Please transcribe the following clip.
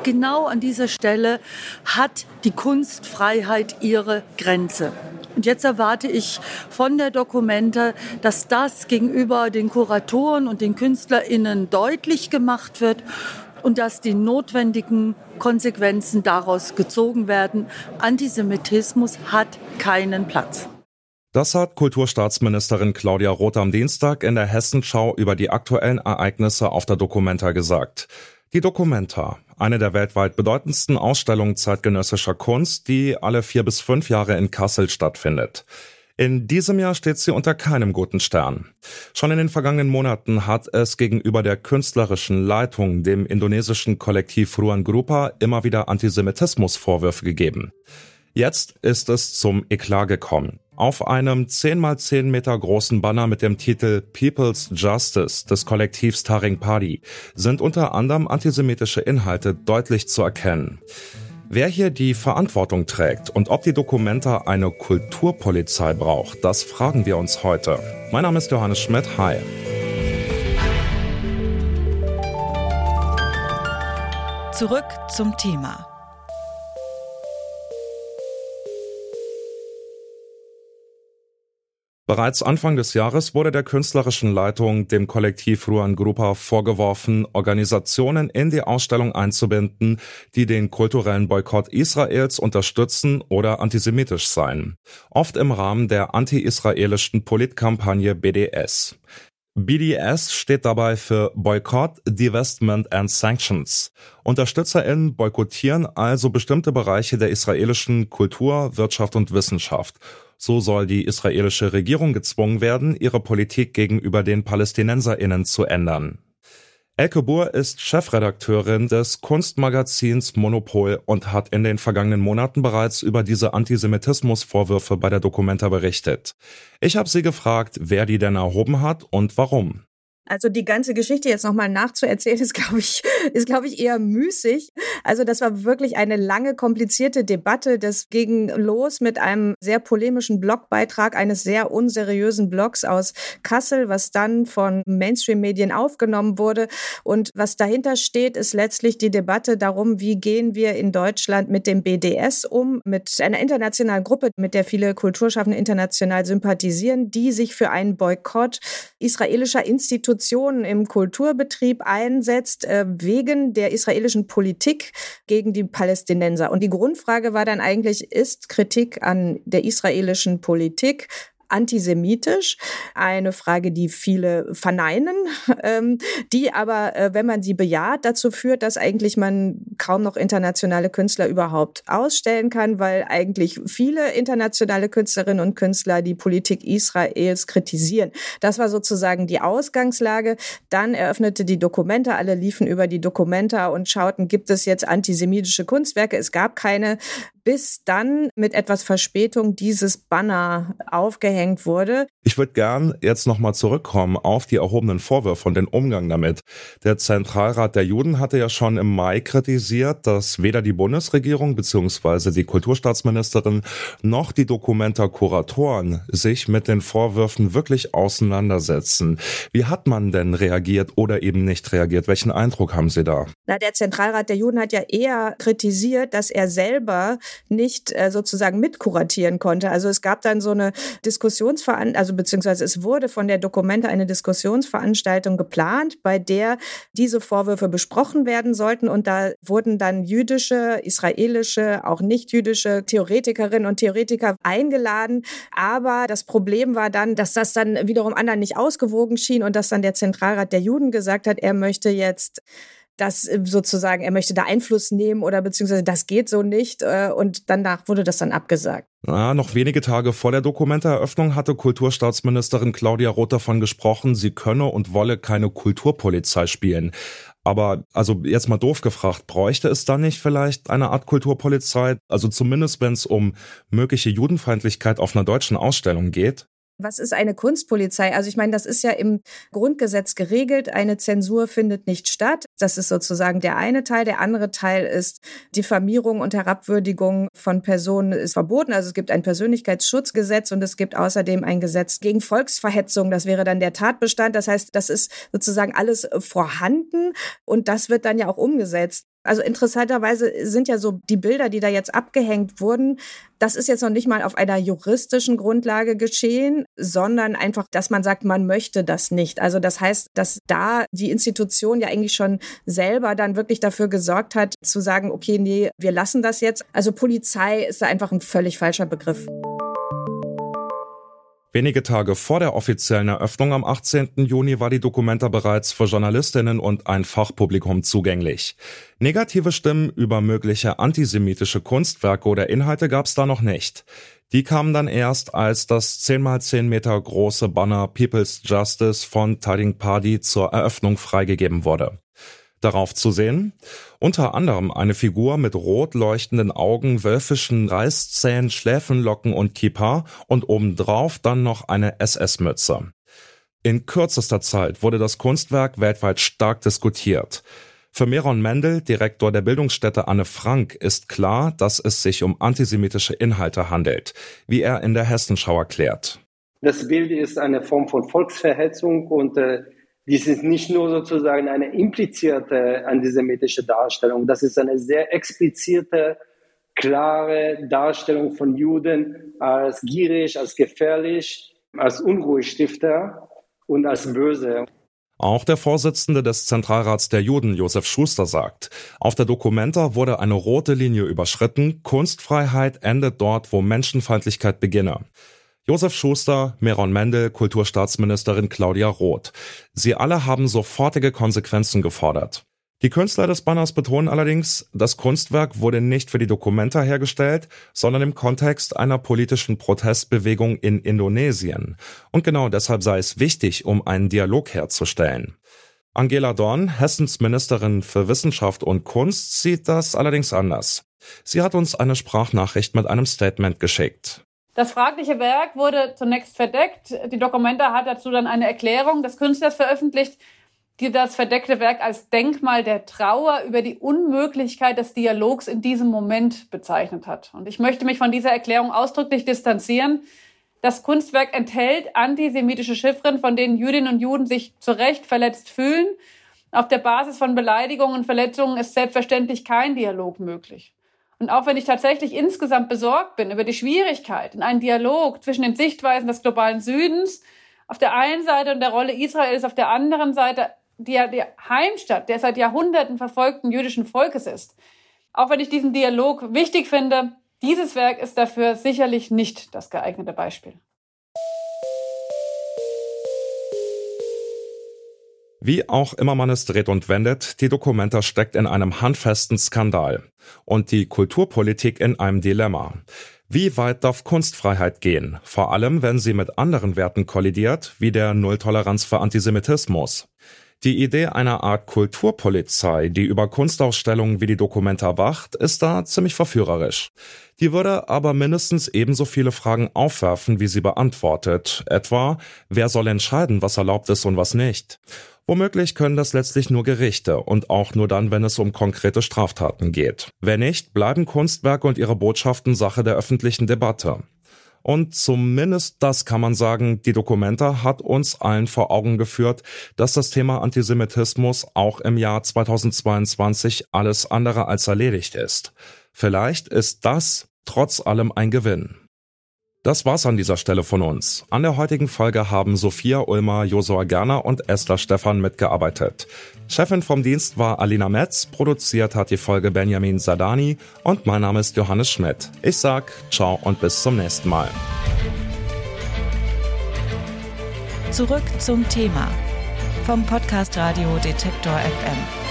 genau an dieser Stelle hat die Kunstfreiheit ihre Grenze. Und jetzt erwarte ich von der Documenta, dass das gegenüber den Kuratoren und den KünstlerInnen deutlich gemacht wird und dass die notwendigen Konsequenzen daraus gezogen werden. Antisemitismus hat keinen Platz. Das hat Kulturstaatsministerin Claudia Roth am Dienstag in der Hessenschau über die aktuellen Ereignisse auf der Documenta gesagt. Die Documenta, eine der weltweit bedeutendsten Ausstellungen zeitgenössischer Kunst, die alle 4 bis 5 Jahre in Kassel stattfindet. In diesem Jahr steht sie unter keinem guten Stern. Schon in den vergangenen Monaten hat es gegenüber der künstlerischen Leitung, dem indonesischen Kollektiv Ruang Grupa, immer wieder Antisemitismusvorwürfe gegeben. Jetzt ist es zum Eklat gekommen. Auf einem 10x10 Meter großen Banner mit dem Titel People's Justice des Kollektivs Taring Padi sind unter anderem antisemitische Inhalte deutlich zu erkennen. Wer hier die Verantwortung trägt und ob die Documenta eine Kulturpolizei braucht, das fragen wir uns heute. Mein Name ist Johannes Schmidt. Hi. Zurück zum Thema. Bereits Anfang des Jahres wurde der künstlerischen Leitung, dem Kollektiv Ruang Grupa, vorgeworfen, Organisationen in die Ausstellung einzubinden, die den kulturellen Boykott Israels unterstützen oder antisemitisch seien. Oft im Rahmen der anti-israelischen Politkampagne BDS. BDS steht dabei für Boycott, Divestment and Sanctions. UnterstützerInnen boykottieren also bestimmte Bereiche der israelischen Kultur, Wirtschaft und Wissenschaft. So soll die israelische Regierung gezwungen werden, ihre Politik gegenüber den PalästinenserInnen zu ändern. Elke Buhr ist Chefredakteurin des Kunstmagazins Monopol und hat in den vergangenen Monaten bereits über diese Antisemitismusvorwürfe bei der Documenta berichtet. Ich habe sie gefragt, wer die denn erhoben hat und warum. Also die ganze Geschichte jetzt nochmal nachzuerzählen, ist, glaube ich, eher müßig. Also das war wirklich eine lange, komplizierte Debatte. Das ging los mit einem sehr polemischen Blogbeitrag eines sehr unseriösen Blogs aus Kassel, was dann von Mainstream-Medien aufgenommen wurde. Und was dahinter steht, ist letztlich die Debatte darum, wie gehen wir in Deutschland mit dem BDS um, mit einer internationalen Gruppe, mit der viele Kulturschaffende international sympathisieren, die sich für einen Boykott israelischer Institutionen im Kulturbetrieb einsetzt, wegen der israelischen Politik gegen die Palästinenser. Und die Grundfrage war dann eigentlich, ist Kritik an der israelischen Politik antisemitisch? Eine Frage, die viele verneinen, die aber, wenn man sie bejaht, dazu führt, dass eigentlich man kaum noch internationale Künstler überhaupt ausstellen kann, weil eigentlich viele internationale Künstlerinnen und Künstler die Politik Israels kritisieren. Das war sozusagen die Ausgangslage. Dann eröffnete die Documenta, alle liefen über die Documenta und schauten, gibt es jetzt antisemitische Kunstwerke? Es gab keine, bis dann mit etwas Verspätung dieses Banner aufgehängt wurde. Ich würde gern jetzt nochmal zurückkommen auf die erhobenen Vorwürfe und den Umgang damit. Der Zentralrat der Juden hatte ja schon im Mai kritisiert, dass weder die Bundesregierung bzw. die Kulturstaatsministerin noch die Documenta-Kuratoren sich mit den Vorwürfen wirklich auseinandersetzen. Wie hat man denn reagiert oder eben nicht reagiert? Welchen Eindruck haben Sie da? Der Zentralrat der Juden hat ja eher kritisiert, dass er selber nicht sozusagen mitkuratieren konnte. Also es gab dann so eine Diskussionsveranstaltung, beziehungsweise es wurde von der Documenta eine Diskussionsveranstaltung geplant, bei der diese Vorwürfe besprochen werden sollten. Und da wurden dann jüdische, israelische, auch nicht-jüdische Theoretikerinnen und Theoretiker eingeladen. Aber das Problem war dann, dass das dann wiederum anderen nicht ausgewogen schien und dass dann der Zentralrat der Juden gesagt hat, er möchte jetzt das sozusagen, er möchte da Einfluss nehmen oder beziehungsweise das geht so nicht und danach wurde das dann abgesagt. Noch wenige Tage vor der Documenta-Eröffnung hatte Kulturstaatsministerin Claudia Roth davon gesprochen, sie könne und wolle keine Kulturpolizei spielen. Aber also jetzt mal doof gefragt, bräuchte es dann nicht vielleicht eine Art Kulturpolizei? Also zumindest wenn es um mögliche Judenfeindlichkeit auf einer deutschen Ausstellung geht? Was ist eine Kunstpolizei? Also ich meine, das ist ja im Grundgesetz geregelt. Eine Zensur findet nicht statt. Das ist sozusagen der eine Teil. Der andere Teil ist, Diffamierung und Herabwürdigung von Personen ist verboten. Also es gibt ein Persönlichkeitsschutzgesetz und es gibt außerdem ein Gesetz gegen Volksverhetzung. Das wäre dann der Tatbestand. Das heißt, das ist sozusagen alles vorhanden und das wird dann ja auch umgesetzt. Also interessanterweise sind ja so die Bilder, die da jetzt abgehängt wurden, das ist jetzt noch nicht mal auf einer juristischen Grundlage geschehen, sondern einfach, dass man sagt, man möchte das nicht. Also das heißt, dass da die Institution ja eigentlich schon selber dann wirklich dafür gesorgt hat, zu sagen, okay, nee, wir lassen das jetzt. Also Polizei ist da einfach ein völlig falscher Begriff. Wenige Tage vor der offiziellen Eröffnung am 18. Juni war die Documenta bereits für Journalistinnen und ein Fachpublikum zugänglich. Negative Stimmen über mögliche antisemitische Kunstwerke oder Inhalte gab es da noch nicht. Die kamen dann erst, als das 10x10 Meter große Banner People's Justice von Tading Padi zur Eröffnung freigegeben wurde. Darauf zu sehen, unter anderem eine Figur mit rot leuchtenden Augen, wölfischen Reißzähnen, Schläfenlocken und Kippa und obendrauf dann noch eine SS-Mütze. In kürzester Zeit wurde das Kunstwerk weltweit stark diskutiert. Für Meron Mendel, Direktor der Bildungsstätte Anne Frank, ist klar, dass es sich um antisemitische Inhalte handelt, wie er in der Hessenschau erklärt. Das Bild ist eine Form von Volksverhetzung und dies ist nicht nur sozusagen eine implizierte antisemitische Darstellung, das ist eine sehr explizite, klare Darstellung von Juden als gierig, als gefährlich, als Unruhestifter und als böse. Auch der Vorsitzende des Zentralrats der Juden, Josef Schuster, sagt, auf der Documenta wurde eine rote Linie überschritten, Kunstfreiheit endet dort, wo Menschenfeindlichkeit beginne. Josef Schuster, Meron Mendel, Kulturstaatsministerin Claudia Roth. Sie alle haben sofortige Konsequenzen gefordert. Die Künstler des Banners betonen allerdings, das Kunstwerk wurde nicht für die Documenta hergestellt, sondern im Kontext einer politischen Protestbewegung in Indonesien. Und genau deshalb sei es wichtig, um einen Dialog herzustellen. Angela Dorn, Hessens Ministerin für Wissenschaft und Kunst, sieht das allerdings anders. Sie hat uns eine Sprachnachricht mit einem Statement geschickt. Das fragliche Werk wurde zunächst verdeckt. Die Documenta hat dazu dann eine Erklärung des Künstlers veröffentlicht, die das verdeckte Werk als Denkmal der Trauer über die Unmöglichkeit des Dialogs in diesem Moment bezeichnet hat. Und ich möchte mich von dieser Erklärung ausdrücklich distanzieren. Das Kunstwerk enthält antisemitische Chiffren, von denen Jüdinnen und Juden sich zu Recht verletzt fühlen. Auf der Basis von Beleidigungen und Verletzungen ist selbstverständlich kein Dialog möglich. Und auch wenn ich tatsächlich insgesamt besorgt bin über die Schwierigkeit in einen Dialog zwischen den Sichtweisen des globalen Südens auf der einen Seite und der Rolle Israels auf der anderen Seite, die ja die Heimstatt der seit Jahrhunderten verfolgten jüdischen Volkes ist. Auch wenn ich diesen Dialog wichtig finde, dieses Werk ist dafür sicherlich nicht das geeignete Beispiel. Wie auch immer man es dreht und wendet, die Documenta steckt in einem handfesten Skandal und die Kulturpolitik in einem Dilemma. Wie weit darf Kunstfreiheit gehen, vor allem wenn sie mit anderen Werten kollidiert, wie der Nulltoleranz für Antisemitismus? Die Idee einer Art Kulturpolizei, die über Kunstausstellungen wie die Documenta wacht, ist da ziemlich verführerisch. Die würde aber mindestens ebenso viele Fragen aufwerfen, wie sie beantwortet. Etwa, wer soll entscheiden, was erlaubt ist und was nicht? Womöglich können das letztlich nur Gerichte und auch nur dann, wenn es um konkrete Straftaten geht. Wenn nicht, bleiben Kunstwerke und ihre Botschaften Sache der öffentlichen Debatte. Und zumindest das kann man sagen, die Documenta hat uns allen vor Augen geführt, dass das Thema Antisemitismus auch im Jahr 2022 alles andere als erledigt ist. Vielleicht ist das trotz allem ein Gewinn. Das war's an dieser Stelle von uns. An der heutigen Folge haben Sophia Ulmer, Josua Gerner und Esther Stephan mitgearbeitet. Chefin vom Dienst war Alina Metz, produziert hat die Folge Benjamin Sadani und mein Name ist Johannes Schmidt. Ich sag ciao und bis zum nächsten Mal. Zurück zum Thema vom Podcast Radio Detektor FM.